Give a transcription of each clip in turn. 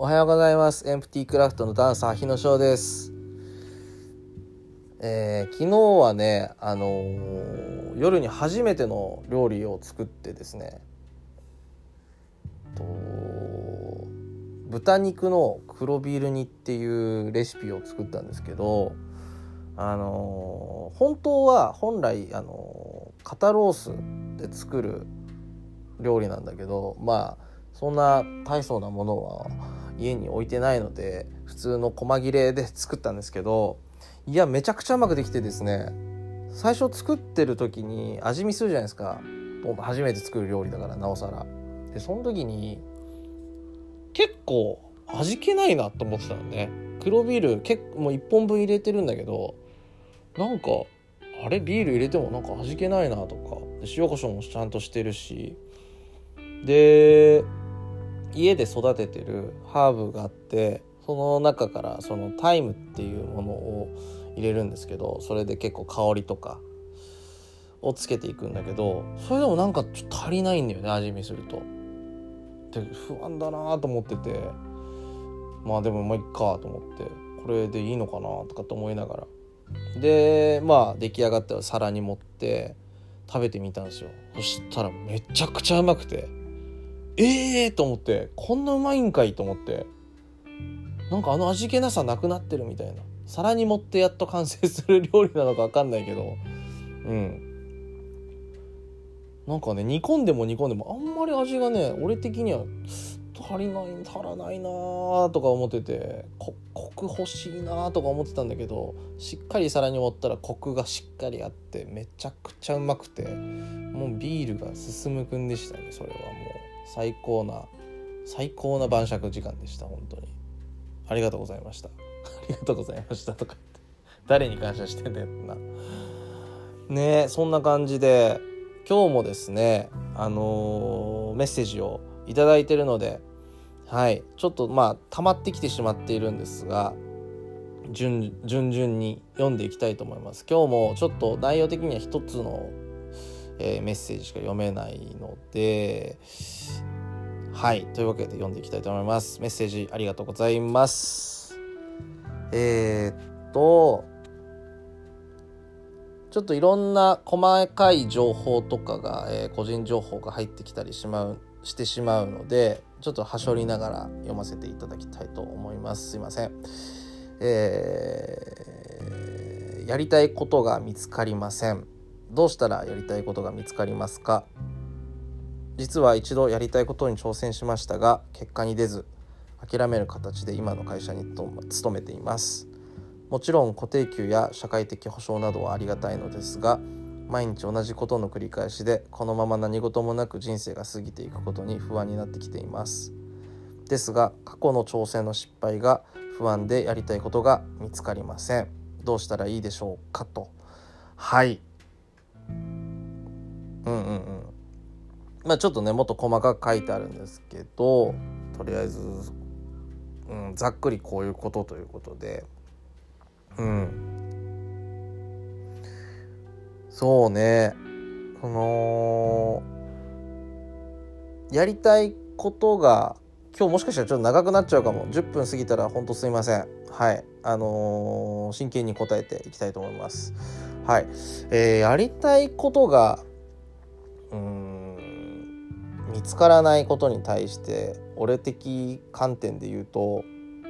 おはようございます。エンプティクラフトのダンサー日野翔です。昨日はね、夜に初めての料理を作ってですね、豚肉の黒ビール煮っていうレシピを作ったんですけど、本来肩ロースで作る料理なんだけど、そんな大層なものは家に置いてないので普通の細切れで作ったんですけど、いやめちゃくちゃうまくできてですね、最初作ってる時に味見するじゃないですか。初めて作る料理だからなおさら。でその時に結構味気ないなと思ってたのね。黒ビールもう1本分入れてるんだけど、なんかあれビール入れてもなんか味気ないなとか、塩コショウもちゃんとしてるし、で家で育ててるハーブがあって、その中からそのタイムっていうものを入れるんですけど、それで結構香りとかをつけていくんだけど、それでもなんかちょっと足りないんだよね、味見すると。で不安だなと思ってて、でもいっかと思って、これでいいのかなとかと思いながら、で出来上がったら皿に盛って食べてみたんですよ。そしたらめちゃくちゃうまくて、と思って、こんなうまいんかいと思って、なんか味気なさなくなってるみたいな。皿に盛ってやっと完成する料理なのか分かんないけど、なんかね、煮込んでもあんまり味がね、俺的には足らないなとか思ってて、コク欲しいなとか思ってたんだけど、しっかり皿に盛ったらコクがしっかりあってめちゃくちゃうまくて、もうビールが進むくんでしたね。それはもう最高な晩酌時間でした。本当にありがとうございましたありがとうございましたとか言って、誰に感謝してんだよなね。そんな感じで今日もですね、メッセージをいただいてるので、ちょっと溜まってきてしまっているんですが、順々に読んでいきたいと思います。今日もちょっと内容的には一つの、メッセージしか読めないので、というわけで読んでいきたいと思います。メッセージありがとうございます。ちょっといろんな細かい情報とかが、個人情報が入ってきたりしてしまうので、ちょっとはしょりながら読ませていただきたいと思います。すいません。やりたいことが見つかりません。どうしたらやりたいことが見つかりますか？実は一度やりたいことに挑戦しましたが結果に出ず、諦める形で今の会社に勤めています。もちろん固定給や社会的保障などはありがたいのですが、毎日同じことの繰り返しでこのまま何事もなく人生が過ぎていくことに不安になってきています。ですが過去の挑戦の失敗が不安でやりたいことが見つかりません。どうしたらいいでしょうかと。ちょっとねもっと細かく書いてあるんですけど、とりあえず、ざっくりこういうことということで、そうね、やりたいことが、今日もしかしたらちょっと長くなっちゃうかも。10分過ぎたら本当すいません。真剣に答えていきたいと思います。やりたいことが見つからないことに対して、俺的観点で言うと、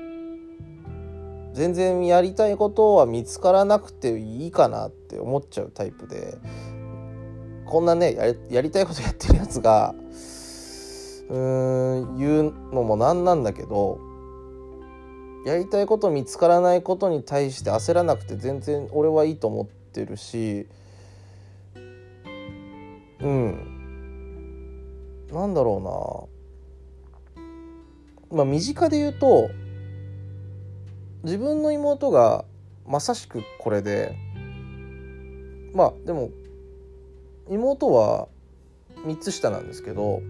全然やりたいことは見つからなくていいかなって思っちゃうタイプで、こんなねやりたいことやってるやつが言うのもなんだけど、やりたいこと見つからないことに対して焦らなくて全然俺はいいと思ってるし、なんだろうな、身近で言うと、自分の妹がまさしくこれで、でも妹は3つ下なんですけど、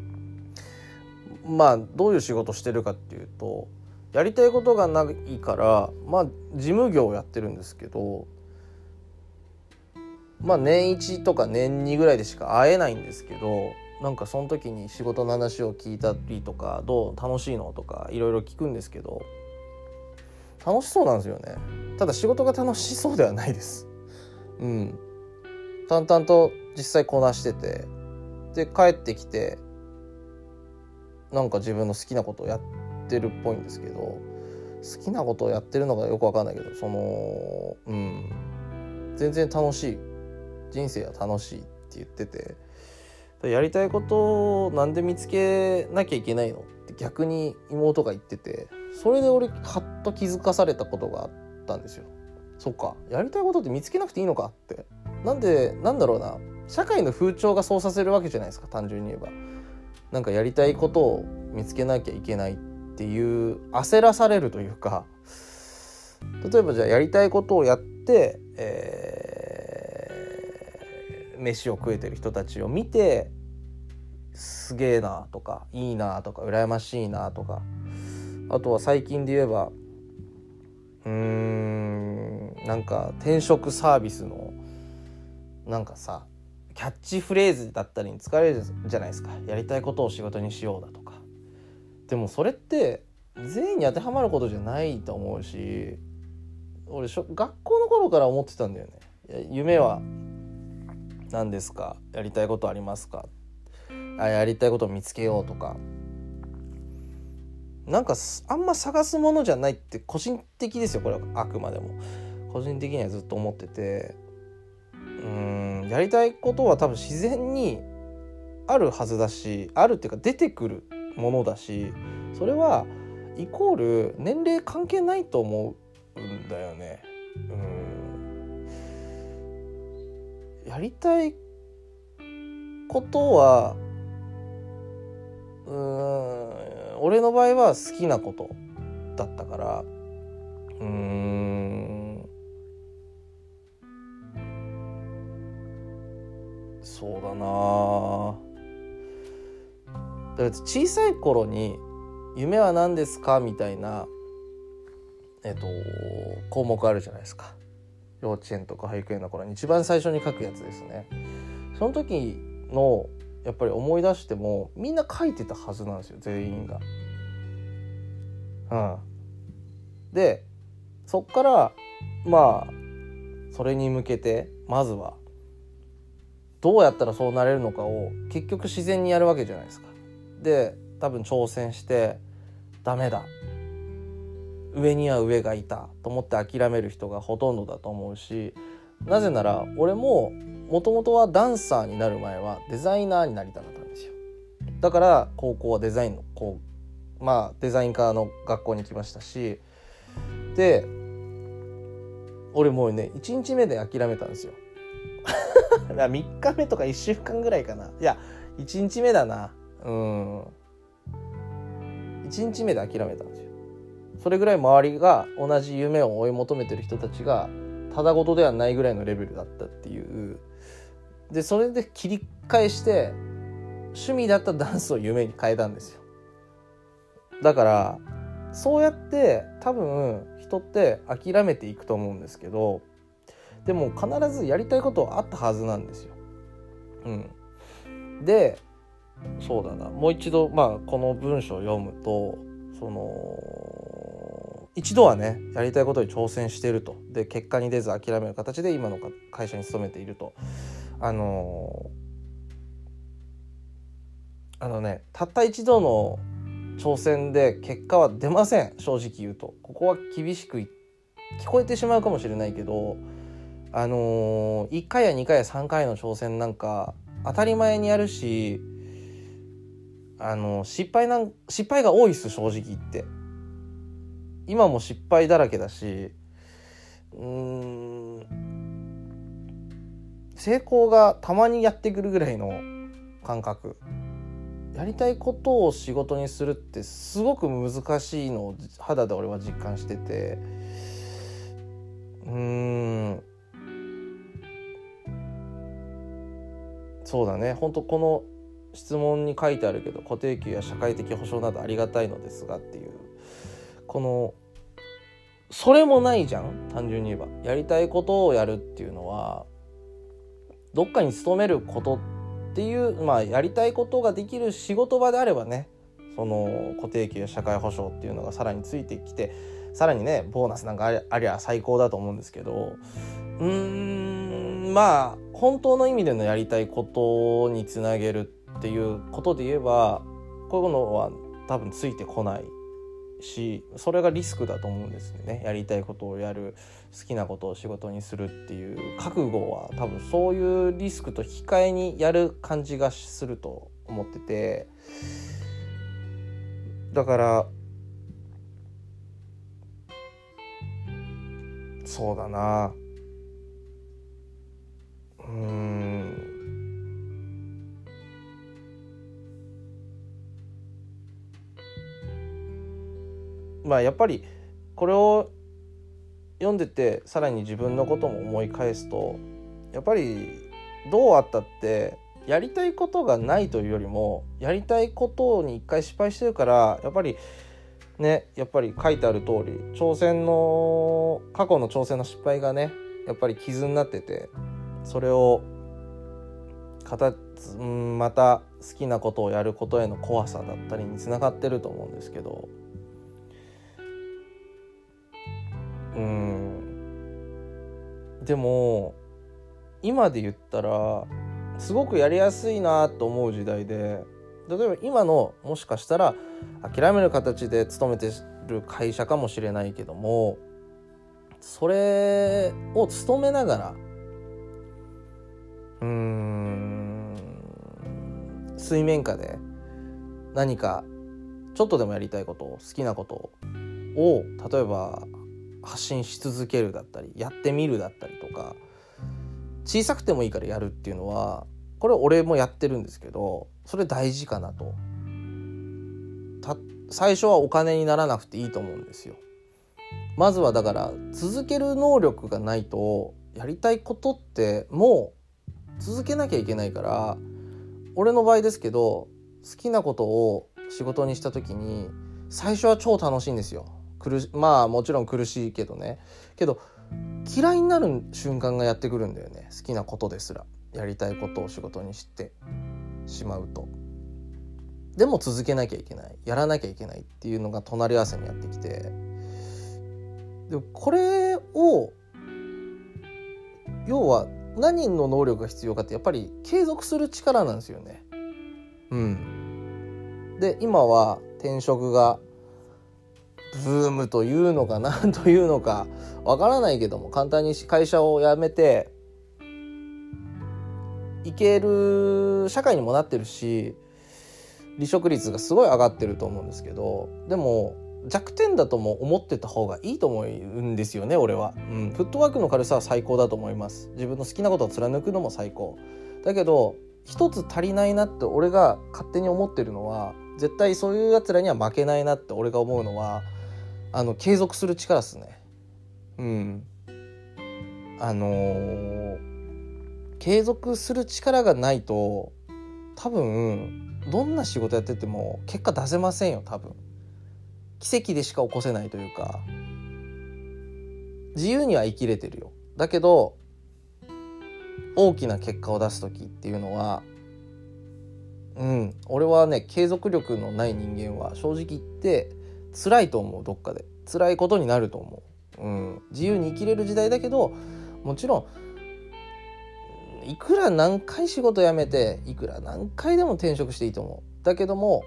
どういう仕事してるかっていうと、やりたいことがないから事務業をやってるんですけど、年1とか年2ぐらいでしか会えないんですけど、 なんかその時に仕事の話を聞いたりとか、どう楽しいのとかいろいろ聞くんですけど、楽しそうなんですよね。ただ仕事が楽しそうではないです。淡々と実際こなしてて、で帰ってきてなんか自分の好きなことをやってるっぽいんですけど、好きなことをやってるのがよくわかんないけど、全然楽しい、人生は楽しいって言ってて、やりたいことをなんで見つけなきゃいけないのって逆に妹が言ってて、それで俺ハッと気づかされたことがあったんですよ。そっか、やりたいことって見つけなくていいのかって。なんだろうな、社会の風潮がそうさせるわけじゃないですか。単純に言えばなんかやりたいことを見つけなきゃいけないっていう焦らされるというか、例えばじゃあやりたいことをやって、飯を食えてる人たちを見てすげえなとかいいなとか羨ましいなとか、あとは最近で言えばなんか転職サービスのなんかさ、キャッチフレーズだったりに使われるじゃないですか。やりたいことを仕事にしようだとか。でもそれって全員に当てはまることじゃないと思うし、俺学校の頃から思ってたんだよね。夢は何ですか、やりたいことありますか、やりたいことを見つけようとか、なんかあんま探すものじゃないって個人的ですよ。これはあくまでも個人的にはずっと思ってて、やりたいことは多分自然にあるはずだし、あるっていうか出てくるものだし、それはイコール年齢関係ないと思うんだよね。やりたいことは俺の場合は好きなことだったから、そうだな。だから小さい頃に夢は何ですかみたいな項目あるじゃないですか。幼稚園とか保育園の頃に一番最初に書くやつですね。その時のやっぱり思い出してもみんな書いてたはずなんですよ、全員が。でそっからまあそれに向けてまずはどうやったらそうなれるのかを結局自然にやるわけじゃないですか。で多分挑戦してダメだ、上には上がいたと思って諦める人がほとんどだと思うし、なぜなら俺ももともとはダンサーになる前はデザイナーになりたかったんですよ。だから高校はデザインのデザイン科の学校に来ましたし、で俺もうね1日目で諦めたんですよ3日目とか1週間ぐらいかな、いや1日目だな、1日目で諦めたんですよ。それぐらい周りが同じ夢を追い求めてる人たちがただごとではないぐらいのレベルだったっていう。でそれで切り返して趣味だったダンスを夢に変えたんですよ。だからそうやって多分人って諦めていくと思うんですけど、でも必ずやりたいことはあったはずなんですよ。でそうだな、もう一度この文章を読むと、一度はねやりたいことに挑戦していると。で結果に出ず諦める形で今の会社に勤めていると。たった一度の挑戦で結果は出ません。正直言うとここは厳しく聞こえてしまうかもしれないけど、1回や2回や3回の挑戦なんか当たり前にやるし、失敗が多いっす。正直言って今も失敗だらけだし、成功がたまにやってくるぐらいの感覚。やりたいことを仕事にするってすごく難しいのを肌で俺は実感してて、そうだね、本当この質問に書いてあるけど、固定給や社会的保障などありがたいのですがっていう、それもないじゃん。単純に言えばやりたいことをやるっていうのはどっかに勤めることっていう、やりたいことができる仕事場であればね、その固定給や社会保障っていうのがさらについてきて、さらにねボーナスなんかありゃ最高だと思うんですけど、本当の意味でのやりたいことにつなげるっていうことで言えば、こういうのは多分ついてこないし、それがリスクだと思うんですよね。やりたいことをやる、好きなことを仕事にするっていう覚悟は多分そういうリスクと引き換えにやる感じがすると思ってて、だからそうだな、やっぱりこれを読んでてさらに自分のことも思い返すと、やっぱりどうあったってやりたいことがないというよりも、やりたいことに一回失敗してるから、やっぱり書いてある通り、過去の挑戦の失敗がねやっぱり傷になってて、それをまた好きなことをやることへの怖さだったりにつながってると思うんですけど、でも今で言ったらすごくやりやすいなと思う時代で、例えば今のもしかしたら諦める形で勤めてる会社かもしれないけども、それを勤めながら水面下で何かちょっとでもやりたいこと、好きなことを例えば発信し続けるだったり、やってみるだったりとか、小さくてもいいからやるっていうのは、これ俺もやってるんですけど、それ大事かなと。最初はお金にならなくていいと思うんですよ。まずはだから続ける能力がないと、やりたいことってもう続けなきゃいけないから、俺の場合ですけど、好きなことを仕事にした時に最初は超楽しいんですよ。もちろん苦しいけどね、嫌いになる瞬間がやってくるんだよね。好きなことですら、やりたいことを仕事にしてしまうと。でも続けなきゃいけない、やらなきゃいけないっていうのが隣り合わせにやってきて、でこれを要は何の能力が必要かって、やっぱり継続する力なんですよね。で今は転職がブームというのかなんというのかわからないけども、簡単に会社を辞めていける社会にもなってるし、離職率がすごい上がってると思うんですけど、でも弱点だとも思ってた方がいいと思うんですよね、俺は。フットワークの軽さは最高だと思います。自分の好きなことを貫くのも最高だけど、一つ足りないなって俺が勝手に思ってるのは、絶対そういうやつらには負けないなって俺が思うのは、継続する力ですね。継続する力がないと多分どんな仕事やってても結果出せませんよ。多分奇跡でしか起こせないというか、自由には生きれてるよ。だけど大きな結果を出す時っていうのは、俺はね、継続力のない人間は正直言って辛いと思う。どっかで辛いことになると思う。自由に生きれる時代だけど、もちろんいくら何回仕事辞めて、いくら何回でも転職していいと思う。だけども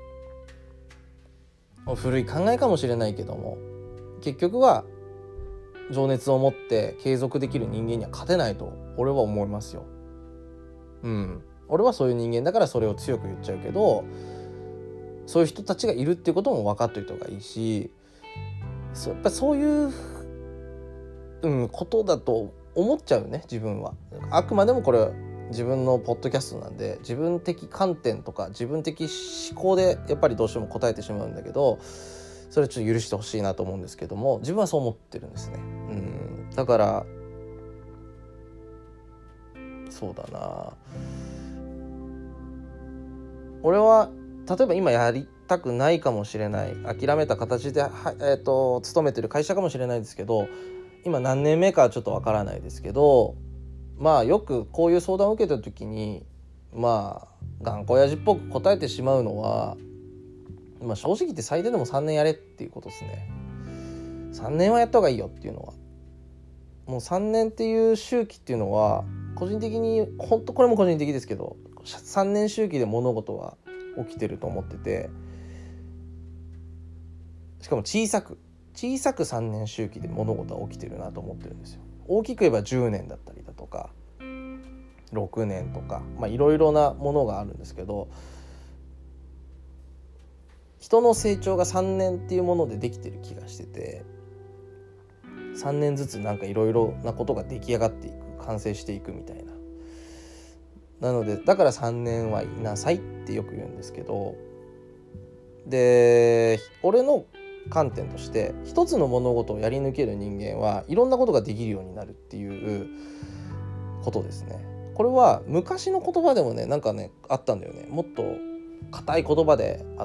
古い考えかもしれないけども、結局は情熱を持って継続できる人間には勝てないと俺は思いますよ。俺はそういう人間だからそれを強く言っちゃうけど、そういう人たちがいるっていうことも分かっておいた方がいいし、やっぱそういう、ことだと思っちゃうね、自分は。あくまでもこれは自分のポッドキャストなんで、自分的観点とか自分的思考でやっぱりどうしても答えてしまうんだけど、それちょっと許してほしいなと思うんですけども、自分はそう思ってるんですね。だからそうだな、俺は例えば今やりたくないかもしれない、諦めた形で、勤めてる会社かもしれないですけど、今何年目かはちょっとわからないですけど、よくこういう相談を受けた時にまあ頑固親父っぽく答えてしまうのは、正直言って最低でも3年やれっていうことですね。3年はやった方がいいよっていうのは、もう3年っていう周期っていうのは個人的に本当これも個人的ですけど、3年周期で物事は起きてると思ってて、しかも小さく3年周期で物事は起きてるなと思ってるんですよ。大きく言えば10年だったりだとか6年とか、いろいろなものがあるんですけど、人の成長が3年っていうものでできてる気がしてて、3年ずつなんかいろいろなことが出来上がっていく、完成していくみたいな。なのでだから3年はいなさいってよく言うんですけど、で俺の観点として一つの物事をやり抜ける人間はいろんなことができるようになるっていうことですね。これは昔の言葉でもねあったんだよね。もっと硬い言葉であって、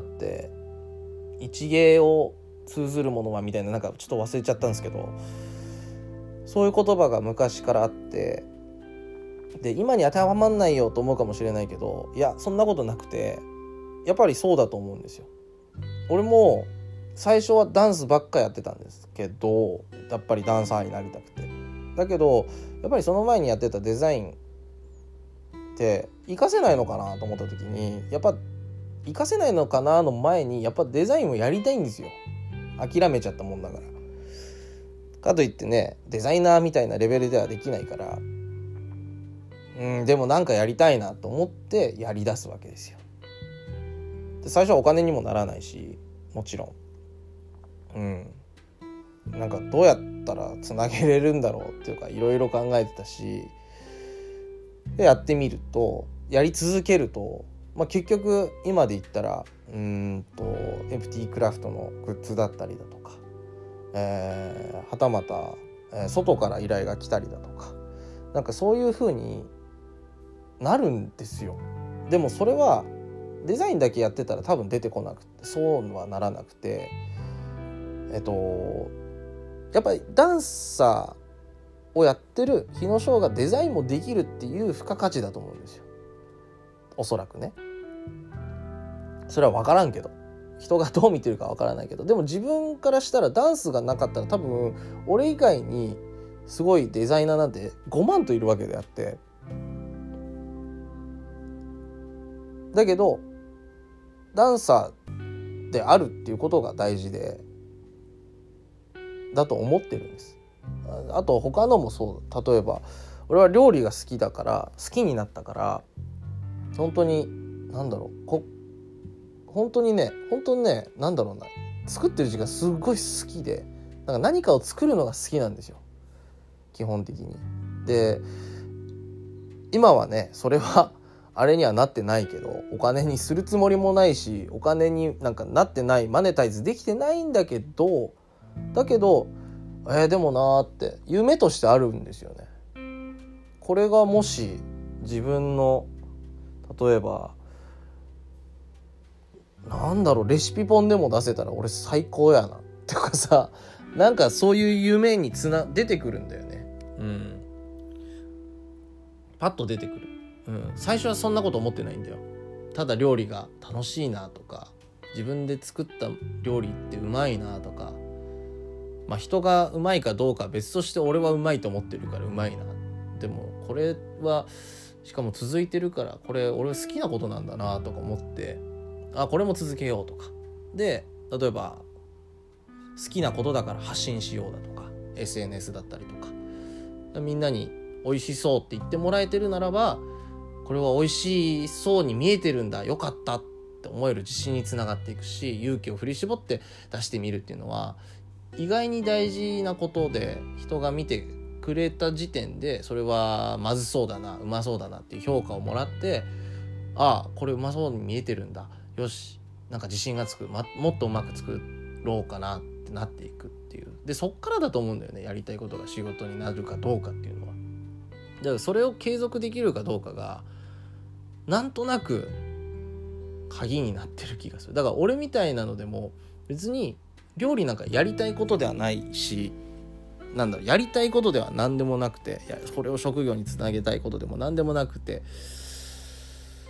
一芸を通ずるものはみたいな、ちょっと忘れちゃったんですけど、そういう言葉が昔からあって、で今に当てはまんないよと思うかもしれないけど、いやそんなことなくて、やっぱりそうだと思うんですよ。俺も最初はダンスばっかやってたんですけど、やっぱりダンサーになりたくて、だけどやっぱりその前にやってたデザインって活かせないのかなと思った時に、やっぱ活かせないのかなの前にやっぱデザインをやりたいんですよ。諦めちゃったもんだから。かといってねデザイナーみたいなレベルではできないから、でもやりたいなと思ってやり出すわけですよ。で最初はお金にもならないし、もちろんどうやったらつなげれるんだろうっていうかいろいろ考えてたし、でやってみると、やり続けると、結局今で言ったらFT クラフトのグッズだったりだとか、はたまた、外から依頼が来たりだとか、そういう風になるんですよ。でもそれはデザインだけやってたら多分出てこなくて、そうはならなくて、やっぱりダンサーをやってる日野翔がデザインもできるっていう付加価値だと思うんですよ。おそらくね。それは分からんけど、人がどう見てるか分からないけど、でも自分からしたらダンスがなかったら多分俺以外にすごいデザイナーなんて5万といるわけであって、だけどダンサーであるっていうことが大事だと思ってるんです。あと他のもそう、例えば俺は料理が好きだから好きになったから、本当に本当にね作ってる時間すごい好きで、何かを作るのが好きなんですよ、基本的に。で今はねそれはあれにはなってないけど、お金にするつもりもないし、お金になってない、マネタイズできてないんだけど、でもなーって夢としてあるんですよね。これがもし自分の例えばレシピ本でも出せたら俺最高やなとかさ、そういう夢に出てくるんだよね。パッと出てくる。最初はそんなこと思ってないんだよ。ただ料理が楽しいなとか、自分で作った料理ってうまいなとか、人がうまいかどうかは別として俺はうまいと思ってるからうまいな。でもこれはしかも続いてるから、これ俺好きなことなんだなとか思って、これも続けようとかで、例えば好きなことだから発信しようだとか、 SNS だったりとか、みんなに美味しそうって言ってもらえてるならば、これは美味しそうに見えてるんだ、よかったって思える自信につながっていくし、勇気を振り絞って出してみるっていうのは意外に大事なことで、人が見てくれた時点でそれはまずそうだな、うまそうだなっていう評価をもらって、これうまそうに見えてるんだ、よし自信がつく、もっとうまく作ろうかなってなっていくっていう。でそっからだと思うんだよね、やりたいことが仕事になるかどうかっていうのは。だからそれを継続できるかどうかがなんとなく鍵になってる気がする。だから俺みたいなのでも別に料理やりたいことではないし、やりたいことでは何でもなくて、それを職業につなげたいことでも何でもなくて、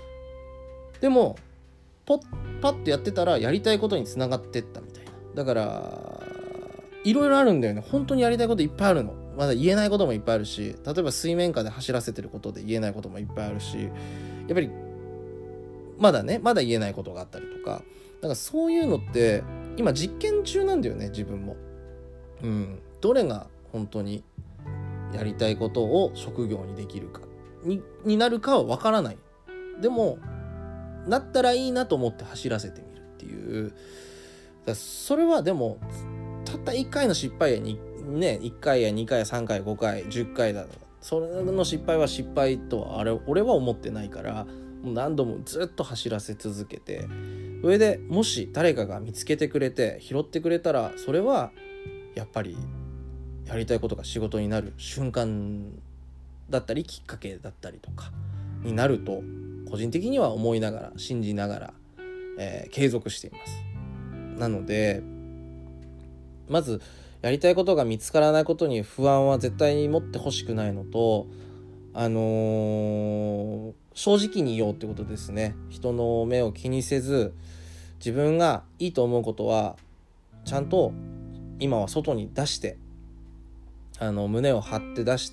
でもパッとやってたらやりたいことにつながってったみたいな。だからいろいろあるんだよね。本当にやりたいこといっぱいあるの。まだ言えないこともいっぱいあるし、例えば水面下で走らせてることで言えないこともいっぱいあるし、やっぱりまだ言えないことがあったりとか、だからそういうのって今実験中なんだよね、自分も。どれが本当にやりたいことを職業にできるかになるかは分からない。でもなったらいいなと思って走らせてみるっていう。だそれはでもたった1回の失敗にね、1回や2回や3回5回10回だ、それの失敗は失敗とは俺は思ってないから、もう何度もずっと走らせ続けて、それでもし誰かが見つけてくれて拾ってくれたら、それはやっぱりやりたいことが仕事になる瞬間だったりきっかけだったりとかになると個人的には思いながら信じながら、継続しています。なのでまずやりたいことが見つからないことに不安は絶対に持ってほしくないのと、正直に言おうってことですね。人の目を気にせず、自分がいいと思うことはちゃんと今は外に出して、胸を張って出して、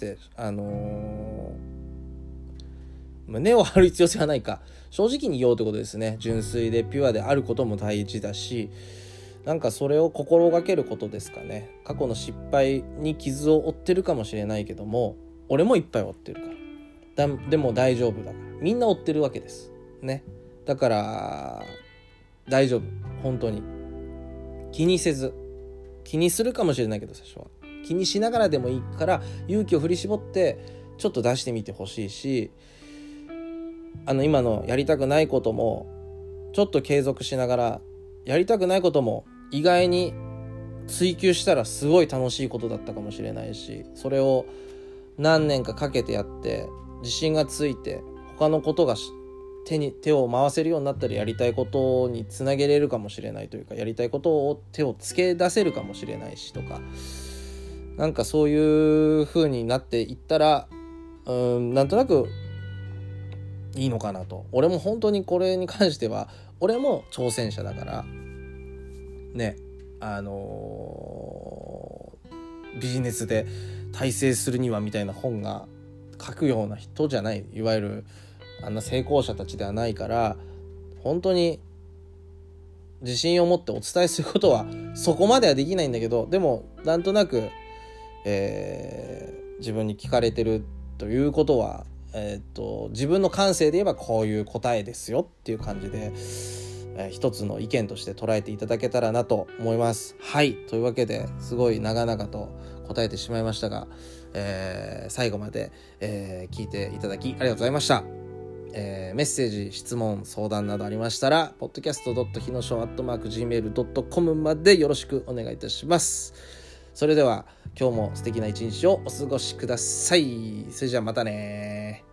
胸を張る必要性はないか、正直に言おうってことですね。純粋でピュアであることも大事だし、なんかそれを心がけることですかね。過去の失敗に傷を負ってるかもしれないけども、俺もいっぱい負ってるからでも大丈夫だから、みんな負ってるわけですね。だから大丈夫、本当に気にせず、気にするかもしれないけど最初は気にしながらでもいいから勇気を振り絞ってちょっと出してみてほしいし、今のやりたくないこともちょっと継続しながら、やりたくないことも意外に追求したらすごい楽しいことだったかもしれないし、それを何年かかけてやって自信がついて他のことが手を回せるようになったらやりたいことにつなげれるかもしれないというか、やりたいことを手をつけ出せるかもしれないしとか、なんかそういう風になっていったらなんとなくいいのかなと。俺も本当にこれに関しては俺も挑戦者だからね、ビジネスで大成するにはみたいな本が書くような人じゃない、いわゆるあんな成功者たちではないから、本当に自信を持ってお伝えすることはそこまではできないんだけど、でもなんとなく、自分に聞かれてるということは、自分の感性で言えばこういう答えですよっていう感じで、一つの意見として捉えていただけたらなと思います。はい、というわけですごい長々と答えてしまいましたが、最後まで、聞いていただきありがとうございました。メッセージ、質問、相談などありましたら podcast.hinosho@gmail.com までよろしくお願いいたします。それでは今日も素敵な一日をお過ごしください。それじゃあまたね。